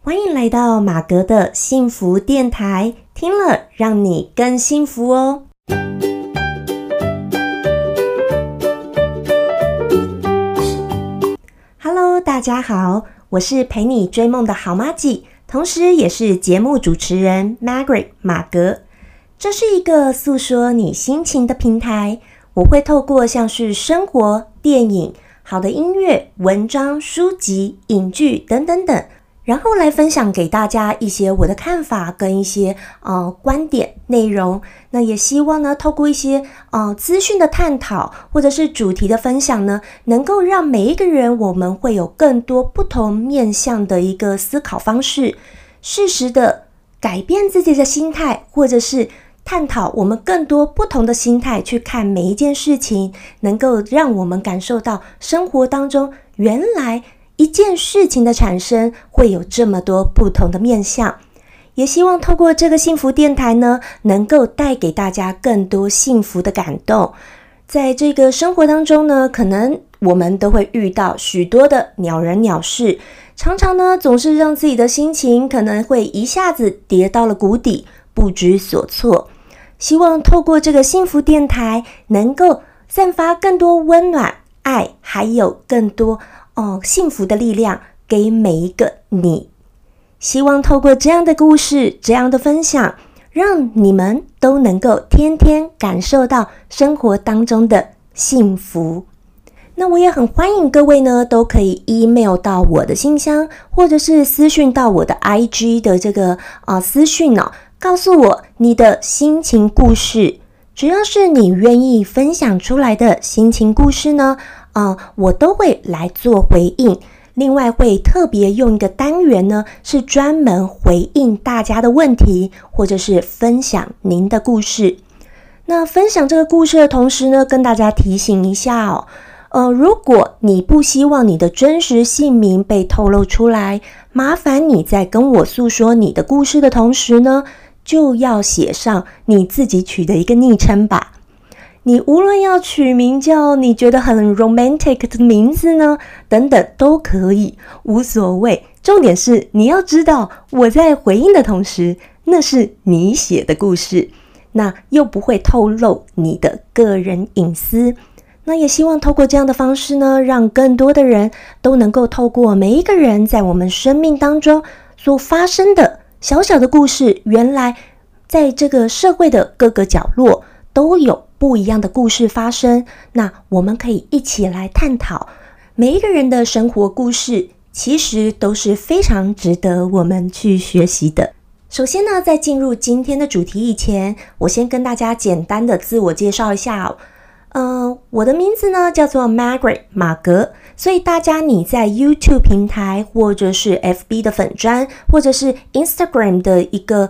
欢迎来到马格的幸福电台，听了让你更幸福哦。Hello， 大家好，我是陪你追梦的好妈吉，同时也是节目主持人 Margaret 马格。这是一个诉说你心情的平台，我会透过像是生活、电影、好的音乐、文章、书籍、影剧等等等，然后来分享给大家一些我的看法跟一些观点内容。那也希望呢，透过一些资讯的探讨或者是主题的分享呢，能够让每一个人我们会有更多不同面向的一个思考方式，适时的改变自己的心态，或者是探讨我们更多不同的心态去看每一件事情，能够让我们感受到生活当中原来一件事情的产生会有这么多不同的面向。也希望透过这个幸福电台呢，能够带给大家更多幸福的感动。在这个生活当中呢，可能我们都会遇到许多的鸟人鸟事，常常呢总是让自己的心情可能会一下子跌到了谷底，不知所措。希望透过这个幸福电台能够散发更多温暖、爱，还有更多幸福的力量给每一个你。希望透过这样的故事，这样的分享，让你们都能够天天感受到生活当中的幸福。那我也很欢迎各位呢，都可以 email 到我的信箱，或者是私讯到我的 IG 的这个私讯告诉我你的心情故事。只要是你愿意分享出来的心情故事呢，我都会来做回应。另外会特别用一个单元呢，是专门回应大家的问题，或者是分享您的故事。那分享这个故事的同时呢，跟大家提醒一下如果你不希望你的真实姓名被透露出来，麻烦你在跟我诉说你的故事的同时呢，就要写上你自己取的一个昵称吧。你无论要取名叫你觉得很 romantic 的名字呢，等等都可以，无所谓。重点是你要知道我在回应的同时，那是你写的故事，那又不会透露你的个人隐私。那也希望透过这样的方式呢，让更多的人都能够透过每一个人在我们生命当中所发生的小小的故事，原来在这个社会的各个角落都有不一样的故事发生。那我们可以一起来探讨每一个人的生活故事，其实都是非常值得我们去学习的。首先呢，在进入今天的主题以前，我先跟大家简单的自我介绍一下我的名字呢叫做 Margaret 马格，所以大家你在 YouTube 平台，或者是 FB 的粉专，或者是 Instagram 的一个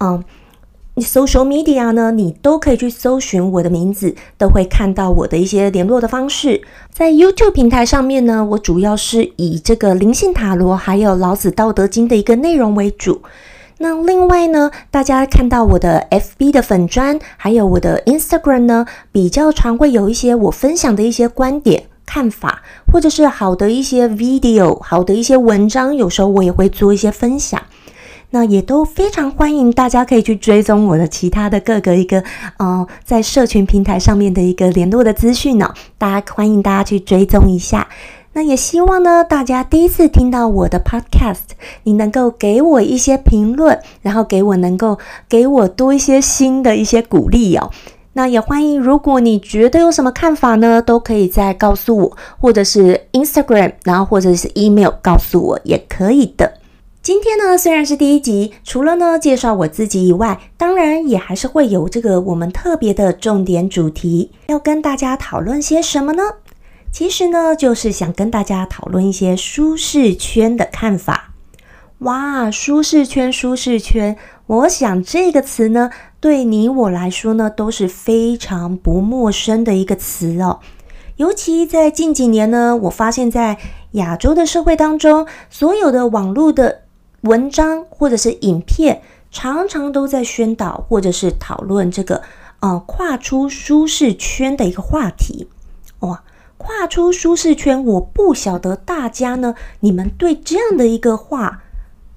social media 呢，你都可以去搜寻我的名字，都会看到我的一些联络的方式。在 YouTube 平台上面呢，我主要是以这个灵性塔罗还有老子道德经的一个内容为主。那另外呢，大家看到我的 FB 的粉专还有我的 Instagram 呢，比较常会有一些我分享的一些观点看法，或者是好的一些 video， 好的一些文章，有时候我也会做一些分享。那也都非常欢迎大家可以去追踪我的其他的各个一个在社群平台上面的一个联络的资讯欢迎大家去追踪一下。那也希望呢，大家第一次听到我的 podcast， 你能够给我一些评论，然后能够给我多一些新的一些鼓励那也欢迎，如果你觉得有什么看法呢，都可以再告诉我，或者是 Instagram， 然后或者是 email 告诉我也可以的。今天呢，虽然是第一集，除了呢介绍我自己以外，当然也还是会有这个我们特别的重点主题，要跟大家讨论些什么呢？其实呢，就是想跟大家讨论一些舒适圈的看法。哇，舒适圈，我想这个词呢，对你我来说呢，都是非常不陌生的一个词尤其在近几年呢，我发现在亚洲的社会当中，所有的网络的文章或者是影片，常常都在宣导或者是讨论这个跨出舒适圈的一个话题。跨出舒适圈，我不晓得大家呢，你们对这样的一个话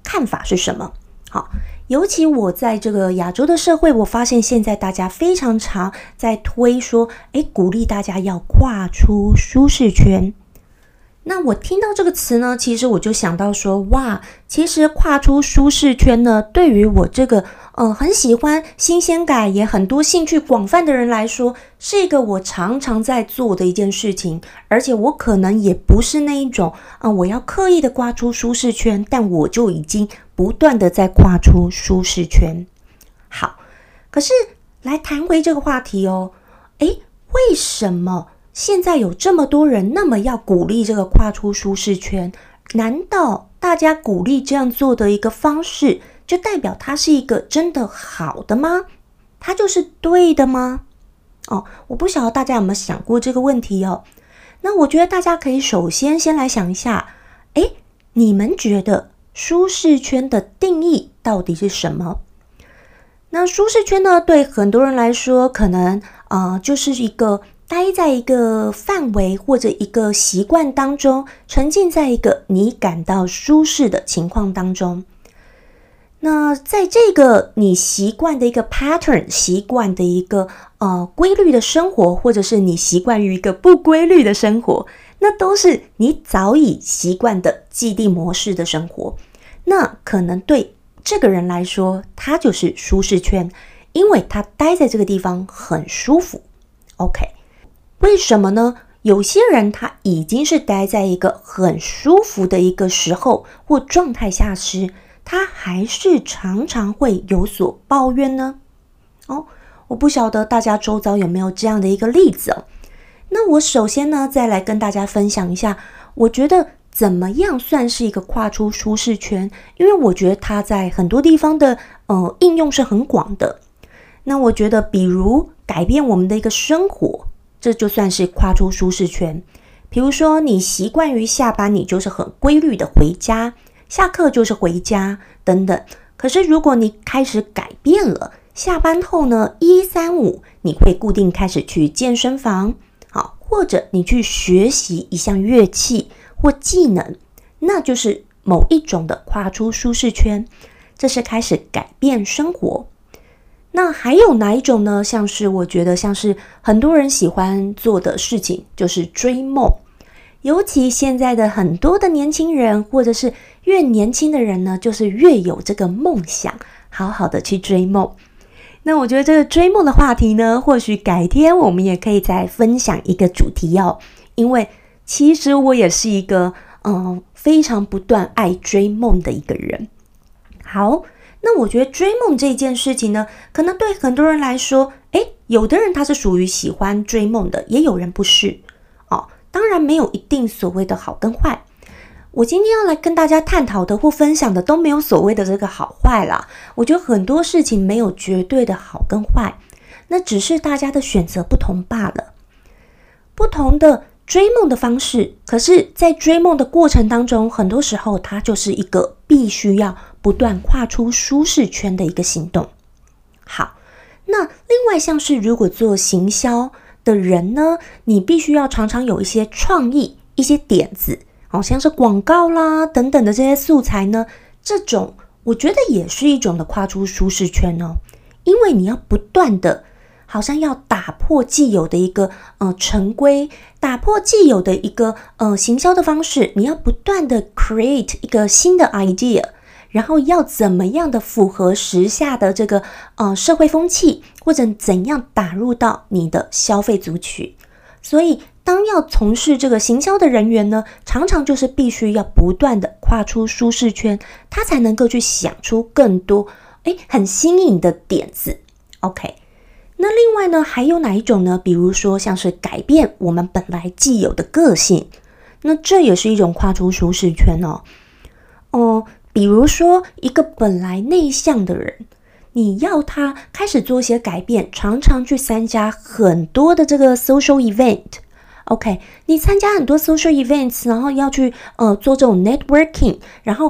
看法是什么？好，尤其我在这个亚洲的社会，我发现现在大家非常常在推说，鼓励大家要跨出舒适圈。那我听到这个词呢，其实我就想到说，哇，其实跨出舒适圈呢，对于我这个很喜欢新鲜感，也很多兴趣广泛的人来说，是一个我常常在做的一件事情。而且我可能也不是那一种我要刻意的跨出舒适圈，但我就已经不断的在跨出舒适圈。好，可是来谈回这个话题哦，为什么现在有这么多人那么要鼓励这个跨出舒适圈？难道大家鼓励这样做的一个方式，就代表它是一个真的好的吗？它就是对的吗？我不晓得大家有没有想过这个问题哦。那我觉得大家可以首先来想一下，你们觉得舒适圈的定义到底是什么？那舒适圈呢，对很多人来说，可能就是一个待在一个范围或者一个习惯当中，沉浸在一个你感到舒适的情况当中。那在这个你习惯的一个 pattern， 习惯的一个规律的生活，或者是你习惯于一个不规律的生活，那都是你早已习惯的既定模式的生活。那可能对这个人来说，他就是舒适圈，因为他待在这个地方很舒服。OK， 为什么呢？有些人他已经是待在一个很舒服的一个时候或状态下时，他还是常常会有所抱怨呢？我不晓得大家周遭有没有这样的一个例子哦。那我首先呢，再来跟大家分享一下，我觉得怎么样算是一个跨出舒适圈，因为我觉得它在很多地方的应用是很广的。那我觉得比如改变我们的一个生活，这就算是跨出舒适圈。比如说你习惯于下班你就是很规律的回家，下课就是回家等等。可是如果你开始改变了，下班后呢1、3、5你会固定开始去健身房，或者你去学习一项乐器或技能，那就是某一种的跨出舒适圈，这是开始改变生活。那还有哪一种呢？我觉得像是很多人喜欢做的事情，就是追梦。尤其现在的很多的年轻人，或者是越年轻的人呢，就是越有这个梦想，好好的去追梦。那我觉得这个追梦的话题呢，或许改天我们也可以再分享一个主题哦。因为其实我也是一个非常不断爱追梦的一个人。好，那我觉得追梦这件事情呢，可能对很多人来说，有的人他是属于喜欢追梦的，也有人不是当然没有一定所谓的好跟坏。我今天要来跟大家探讨的或分享的都没有所谓的这个好坏啦。我觉得很多事情没有绝对的好跟坏，那只是大家的选择不同罢了。不同的追梦的方式，可是在追梦的过程当中，很多时候它就是一个必须要不断跨出舒适圈的一个行动。好，那另外像是如果做行销的人呢，你必须要常常有一些创意，一些点子，像是广告啦等等的这些素材呢，这种我觉得也是一种的跨出舒适圈哦。因为你要不断的好像要打破既有的一个成规，打破既有的一个行销的方式，你要不断的 create 一个新的 idea， 然后要怎么样的符合时下的这个社会风气，或者怎样打入到你的消费族群。所以当要从事这个行销的人员呢，常常就是必须要不断的跨出舒适圈，他才能够去想出更多很新颖的点子。 OK， 那另外呢还有哪一种呢？比如说像是改变我们本来既有的个性，那这也是一种跨出舒适圈哦。比如说一个本来内向的人，你要他开始做一些改变，常常去参加很多的这个 social event。OK， 你参加很多 social events， 然后要去做这种 networking， 然后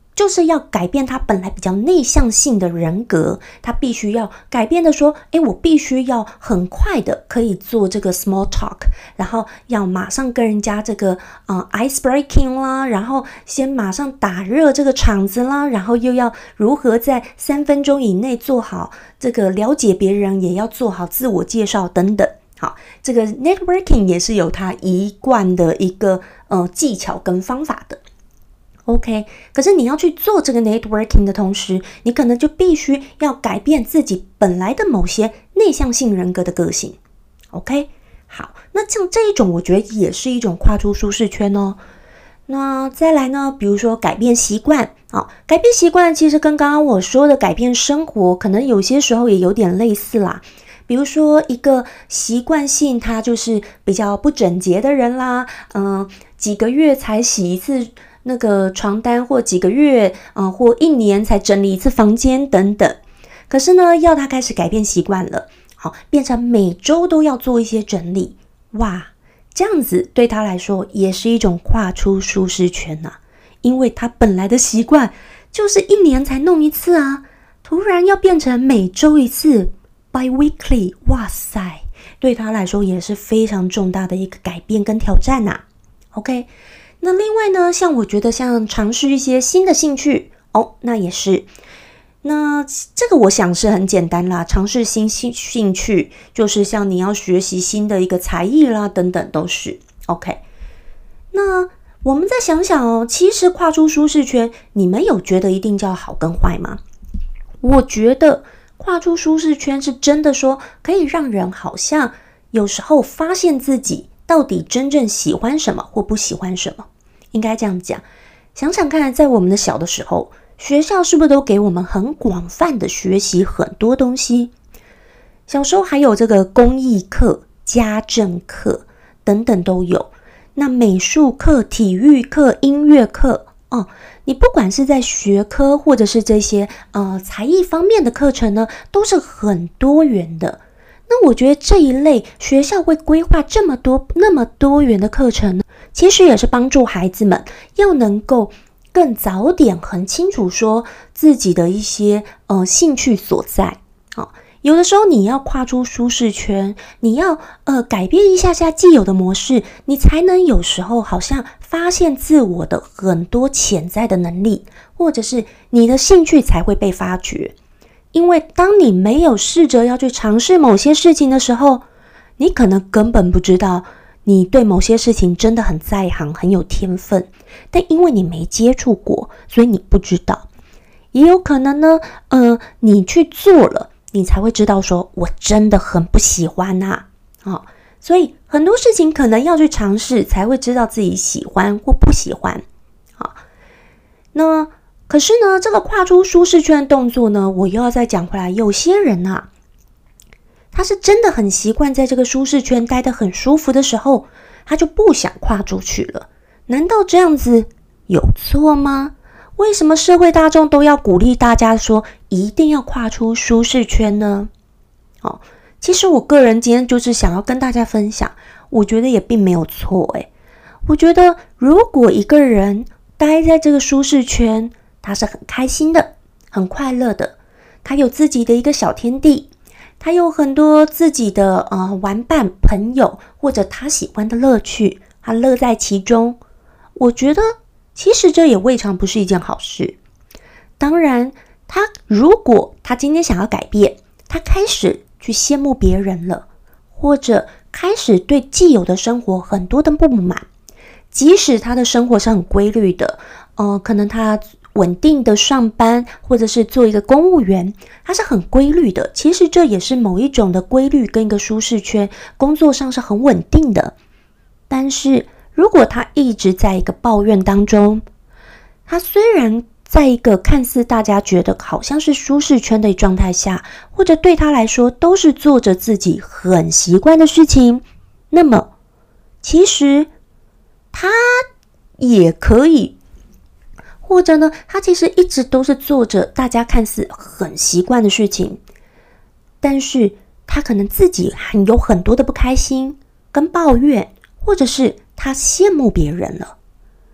就是要改变他本来比较内向性的人格，他必须要改变的说，我必须要很快的可以做这个 small talk， 然后要马上跟人家这个ice breaking 啦，然后先马上打热这个场子啦，然后又要如何在3分钟以内做好这个了解别人，也要做好自我介绍等等。好，这个 networking 也是有它一贯的一个技巧跟方法的。OK， 可是你要去做这个 networking 的同时，你可能就必须要改变自己本来的某些内向性人格的个性。OK， 好，那像这一种我觉得也是一种跨出舒适圈哦。那再来呢，比如说改变习惯，改变习惯其实跟刚刚我说的改变生活可能有些时候也有点类似啦。比如说一个习惯性他就是比较不整洁的人啦，几个月才洗一次那个床单，或几个月或1年才整理一次房间等等。可是呢，要他开始改变习惯了，变成每周都要做一些整理。哇，这样子对他来说也是一种跨出舒适圈啊，因为他本来的习惯就是1年才弄一次啊，突然要变成每周一次 bi-weekly， 哇塞，对他来说也是非常重大的一个改变跟挑战啊。OK，那另外呢，像我觉得像尝试一些新的兴趣那也是。那这个我想是很简单啦，尝试新兴趣就是像你要学习新的一个才艺啦等等都是 OK。 那我们再想想其实跨出舒适圈，你们有觉得一定叫好跟坏吗？我觉得跨出舒适圈是真的说可以让人好像有时候发现自己到底真正喜欢什么或不喜欢什么。应该这样讲，想想看，在我们的小的时候，学校是不是都给我们很广泛的学习很多东西？小时候还有这个公益课、家政课等等都有。那美术课、体育课、音乐课你不管是在学科或者是这些才艺方面的课程呢，都是很多元的。那我觉得这一类学校会规划那么多元的课程呢，其实也是帮助孩子们要能够更早点很清楚说自己的一些兴趣所在。有的时候你要跨出舒适圈，你要改变一下既有的模式，你才能有时候好像发现自我的很多潜在的能力，或者是你的兴趣才会被发掘。因为当你没有试着要去尝试某些事情的时候，你可能根本不知道你对某些事情真的很在行，很有天分，但因为你没接触过，所以你不知道。也有可能呢你去做了，你才会知道说我真的很不喜欢所以很多事情可能要去尝试才会知道自己喜欢或不喜欢。那可是呢，这个跨出舒适圈的动作呢，我又要再讲回来，有些人他是真的很习惯在这个舒适圈待得很舒服的时候，他就不想跨出去了。难道这样子有错吗？为什么社会大众都要鼓励大家说一定要跨出舒适圈呢？其实我个人今天就是想要跟大家分享，我觉得也并没有错我觉得如果一个人待在这个舒适圈，他是很开心的，很快乐的，他有自己的一个小天地，他有很多自己的玩伴朋友，或者他喜欢的乐趣，他乐在其中。我觉得其实这也未尝不是一件好事。当然如果他今天想要改变，他开始去羡慕别人了，或者开始对既有的生活很多的不满，即使他的生活是很规律的可能他稳定的上班，或者是做一个公务员，它是很规律的。其实这也是某一种的规律跟一个舒适圈，工作上是很稳定的。但是如果他一直在一个抱怨当中，他虽然在一个看似大家觉得好像是舒适圈的状态下，或者对他来说都是做着自己很习惯的事情，那么其实他也可以，或者呢，他其实一直都是做着大家看似很习惯的事情，但是他可能自己还有很多的不开心跟抱怨，或者是他羡慕别人了。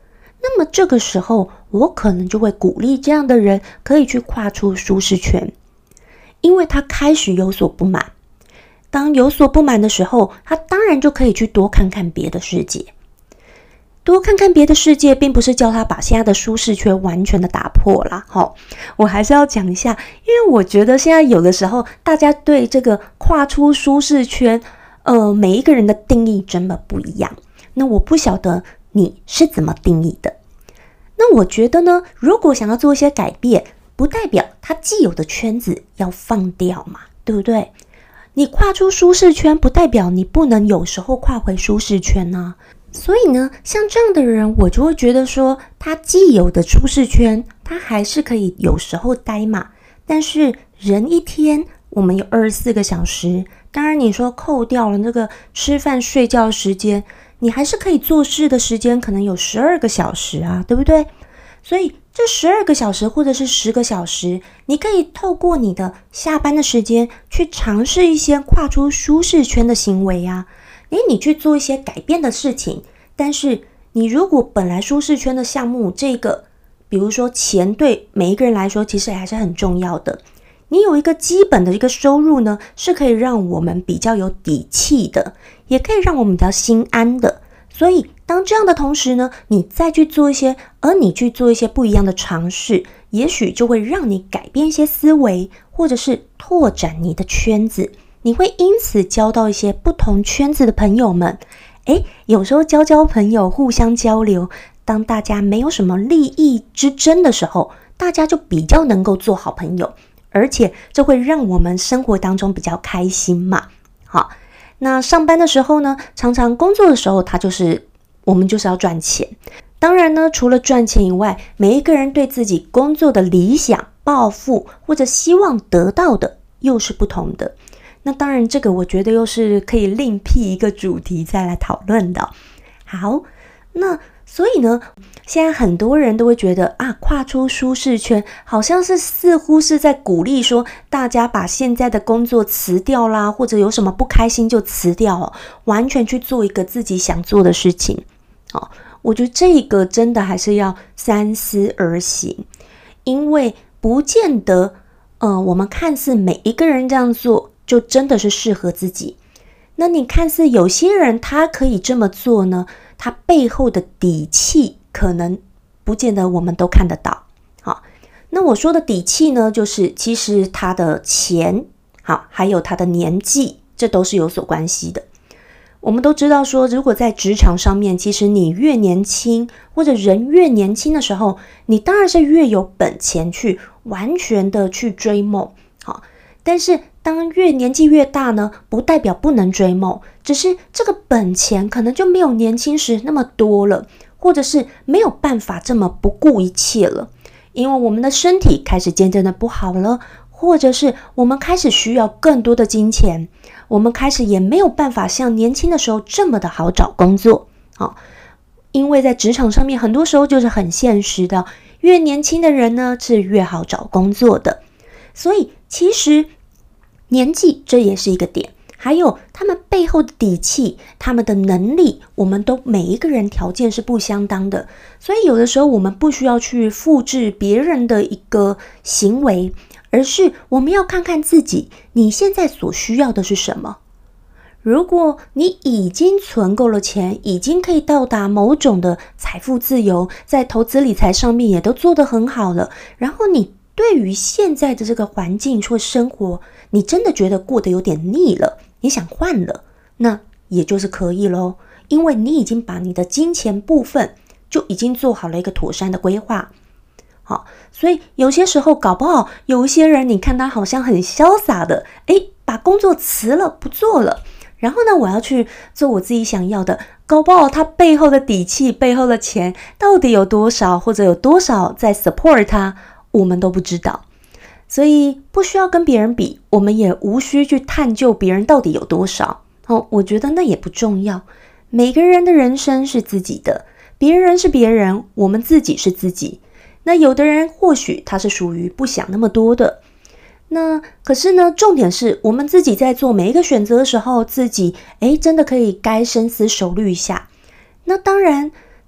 那么这个时候我可能就会鼓励这样的人可以去跨出舒适圈，因为他开始有所不满。当有所不满的时候，他当然就可以去多看看别的世界。多看看别的世界，并不是叫他把现在的舒适圈完全的打破啦。我还是要讲一下，因为我觉得现在有的时候大家对这个跨出舒适圈，每一个人的定义真的不一样。那我不晓得你是怎么定义的。那我觉得呢，如果想要做一些改变，不代表他既有的圈子要放掉嘛，对不对？你跨出舒适圈，不代表你不能有时候跨回舒适圈啊。所以呢，像这样的人，我就会觉得说，他既有的舒适圈，他还是可以有时候待嘛。但是人一天，我们有24个小时，当然你说扣掉了那个吃饭睡觉时间，你还是可以做事的时间可能有12个小时啊，对不对？所以这12个小时或者是10个小时，你可以透过你的下班的时间去尝试一些跨出舒适圈的行为啊。你去做一些改变的事情，但是你如果本来舒适圈的项目，这个比如说钱对每一个人来说其实还是很重要的，你有一个基本的一个收入呢，是可以让我们比较有底气的，也可以让我们比较心安的。所以当这样的同时呢，你再去做一些不一样的尝试，也许就会让你改变一些思维，或者是拓展你的圈子。你会因此交到一些不同圈子的朋友们。有时候交朋友，互相交流，当大家没有什么利益之争的时候，大家就比较能够做好朋友，而且这会让我们生活当中比较开心嘛。好，那上班的时候呢，常常工作的时候，我们就是要赚钱。当然呢，除了赚钱以外，每一个人对自己工作的理想、抱负或者希望得到的又是不同的。那当然这个我觉得又是可以另辟一个主题再来讨论的。好，那所以呢，现在很多人都会觉得跨出舒适圈好像是似乎是在鼓励说大家把现在的工作辞掉啦，或者有什么不开心就辞掉完全去做一个自己想做的事情。我觉得这个真的还是要三思而行，因为不见得我们看似每一个人这样做就真的是适合自己。那你看似有些人他可以这么做呢，他背后的底气可能不见得我们都看得到。好，那我说的底气呢，就是其实他的钱，还有他的年纪，这都是有所关系的。我们都知道说，如果在职场上面，其实你越年轻，或者人越年轻的时候，你当然是越有本钱去完全的去追梦。好，但是当年纪越大呢，不代表不能追梦，只是这个本钱可能就没有年轻时那么多了，或者是没有办法这么不顾一切了，因为我们的身体开始渐渐的不好了，或者是我们开始需要更多的金钱，我们开始也没有办法像年轻的时候这么的好找工作。因为在职场上面很多时候就是很现实的，越年轻的人呢是越好找工作的。所以其实年纪这也是一个点，还有他们背后的底气，他们的能力，我们都每一个人条件是不相当的，所以有的时候我们不需要去复制别人的一个行为，而是我们要看看自己，你现在所需要的是什么。如果你已经存够了钱，已经可以到达某种的财富自由，在投资理财上面也都做得很好了，然后你对于现在的这个环境或生活，你真的觉得过得有点腻了，你想换了，那也就是可以咯，因为你已经把你的金钱部分就已经做好了一个妥善的规划。好，所以有些时候搞不好有一些人，你看他好像很潇洒的，把工作辞了不做了，然后呢我要去做我自己想要的，搞不好他背后的底气，背后的钱到底有多少，或者有多少在 support 他，我们都不知道。所以不需要跟别人比，我们也无需去探究别人到底有多少。我觉得那也不重要。每个人的人生是自己的，别人是别人，我们自己是自己。那有的人或许他是属于不想那么多的，那可是呢，重点是我们自己在做每一个选择的时候，自己真的可以该深思熟虑一下。那当然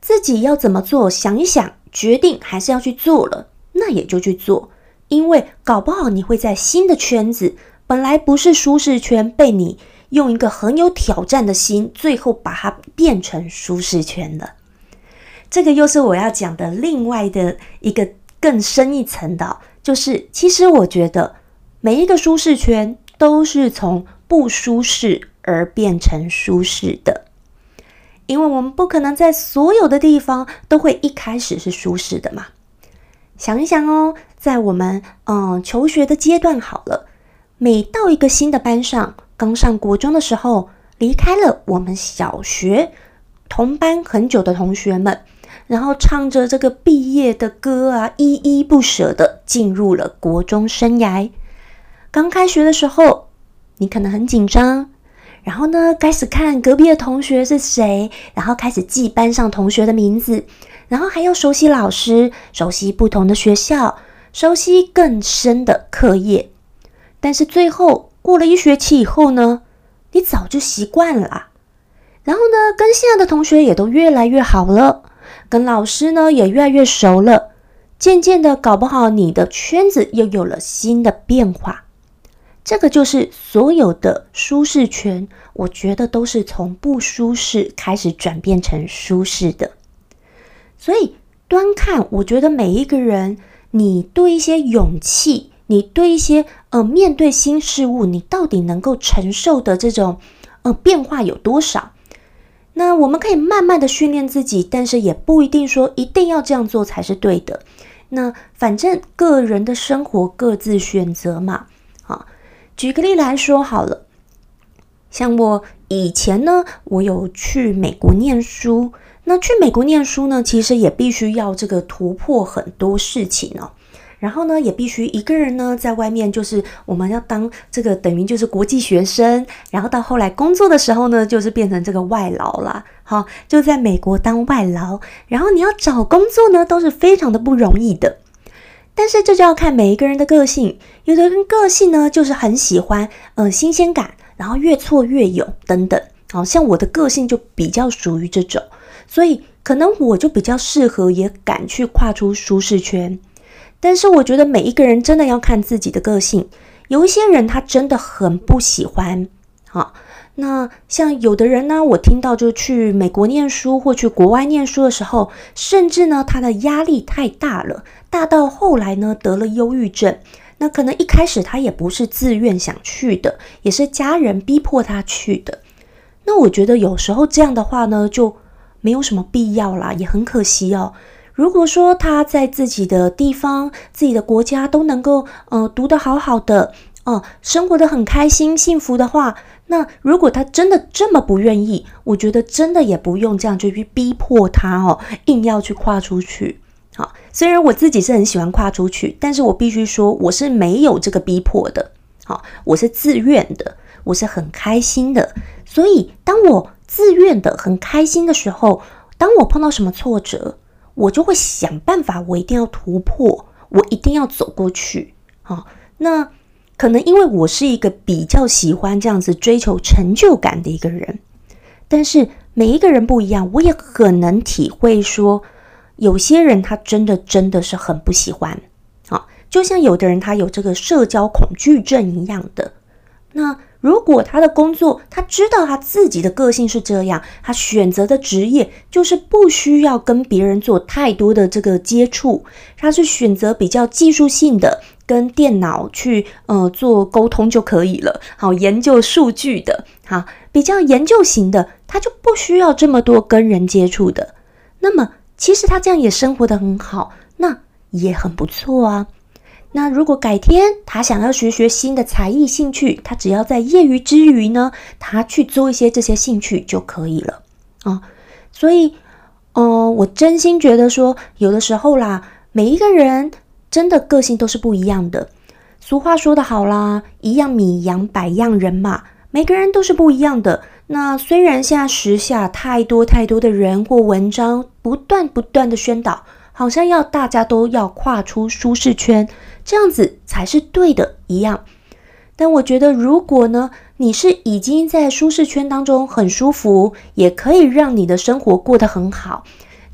自己要怎么做，想一想，决定还是要去做了，那也就去做。因为搞不好你会在新的圈子，本来不是舒适圈，被你用一个很有挑战的心，最后把它变成舒适圈了。这个又是我要讲的另外的一个更深一层的，就是其实我觉得每一个舒适圈都是从不舒适而变成舒适的。因为我们不可能在所有的地方都会一开始是舒适的嘛。想一想哦，在我们求学的阶段好了，每到一个新的班上，刚上国中的时候，离开了我们小学同班很久的同学们，然后唱着这个毕业的歌啊，依依不舍的进入了国中生涯。刚开学的时候，你可能很紧张，然后呢，开始看隔壁的同学是谁，然后开始记班上同学的名字，然后还要熟悉老师，熟悉不同的学校，熟悉更深的课业。但是最后过了1学期以后呢，你早就习惯了啊。然后呢，跟现在的同学也都越来越好了，跟老师呢也越来越熟了。渐渐的，搞不好你的圈子又有了新的变化。这个就是所有的舒适圈，我觉得都是从不舒适开始转变成舒适的。所以端看，我觉得每一个人，你对一些勇气，你对一些面对新事物，你到底能够承受的这种变化有多少？那我们可以慢慢的训练自己，但是也不一定说一定要这样做才是对的。那反正个人的生活各自选择嘛。举个例来说好了，像我以前呢，我有去美国念书。那去美国念书呢，其实也必须要这个突破很多事情哦。然后呢，也必须一个人呢在外面，就是我们要当这个等于就是国际学生，然后到后来工作的时候呢，就是变成这个外劳啦。好，就在美国当外劳，然后你要找工作呢，都是非常的不容易的。但是这就要看每一个人的个性，有的人个性呢就是很喜欢新鲜感，然后越挫越勇等等。好，像我的个性就比较属于这种，所以可能我就比较适合也敢去跨出舒适圈。但是我觉得每一个人真的要看自己的个性，有一些人他真的很不喜欢。好，那像有的人呢，我听到就去美国念书或去国外念书的时候，甚至呢他的压力太大了，大到后来呢得了忧郁症。那可能一开始他也不是自愿想去的，也是家人逼迫他去的。那我觉得有时候这样的话呢，就没有什么必要啦，也很可惜哦。如果说他在自己的地方、自己的国家都能够读得好好的，生活得很开心、幸福的话，那如果他真的这么不愿意，我觉得真的也不用这样就去逼迫他哦，硬要去跨出去。好，虽然我自己是很喜欢跨出去，但是我必须说我是没有这个逼迫的。好，我是自愿的，我是很开心的。所以当我自愿的很开心的时候，当我碰到什么挫折，我就会想办法，我一定要突破，我一定要走过去。那可能因为我是一个比较喜欢这样子追求成就感的一个人，但是每一个人不一样，我也很能体会说，有些人他真的是很不喜欢。就像有的人他有这个社交恐惧症一样的。那如果他的工作，他知道他自己的个性是这样，他选择的职业就是不需要跟别人做太多的这个接触，他是选择比较技术性的，跟电脑去做沟通就可以了。好，研究数据的，好，比较研究型的，他就不需要这么多跟人接触的。那么其实他这样也生活得很好，那也很不错啊。那如果改天他想要学新的才艺兴趣，他只要在业余之余呢，他去做一些这些兴趣就可以了所以我真心觉得说，有的时候啦，每一个人真的个性都是不一样的。俗话说得好啦，一样米养百样人嘛，每个人都是不一样的。那虽然现在时下太多的人或文章不断的宣导，好像要大家都要跨出舒适圈，这样子才是对的一样。但我觉得如果呢，你是已经在舒适圈当中很舒服，也可以让你的生活过得很好，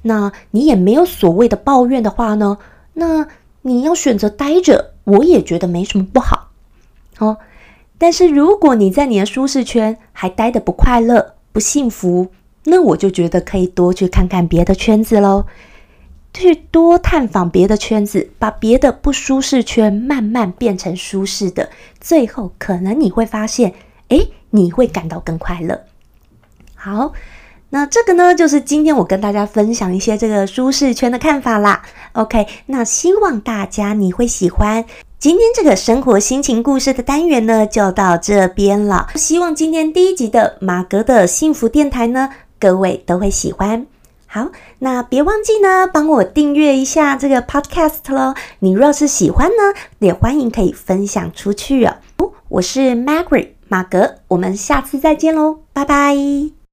那你也没有所谓的抱怨的话呢，那你要选择待着，我也觉得没什么不好。但是如果你在你的舒适圈还待得不快乐、不幸福，那我就觉得可以多去看看别的圈子咯，去多探访别的圈子，把别的不舒适圈慢慢变成舒适的，最后可能你会发现，你会感到更快乐。好，那这个呢，就是今天我跟大家分享一些这个舒适圈的看法啦。OK， 那希望大家你会喜欢。今天这个生活心情故事的单元呢，就到这边了。希望今天第一集的马格的幸福电台呢，各位都会喜欢。好，那别忘记呢，帮我订阅一下这个 podcast 咯。你若是喜欢呢，也欢迎可以分享出去哦。我是 Margaret 马格，我们下次再见咯，拜拜。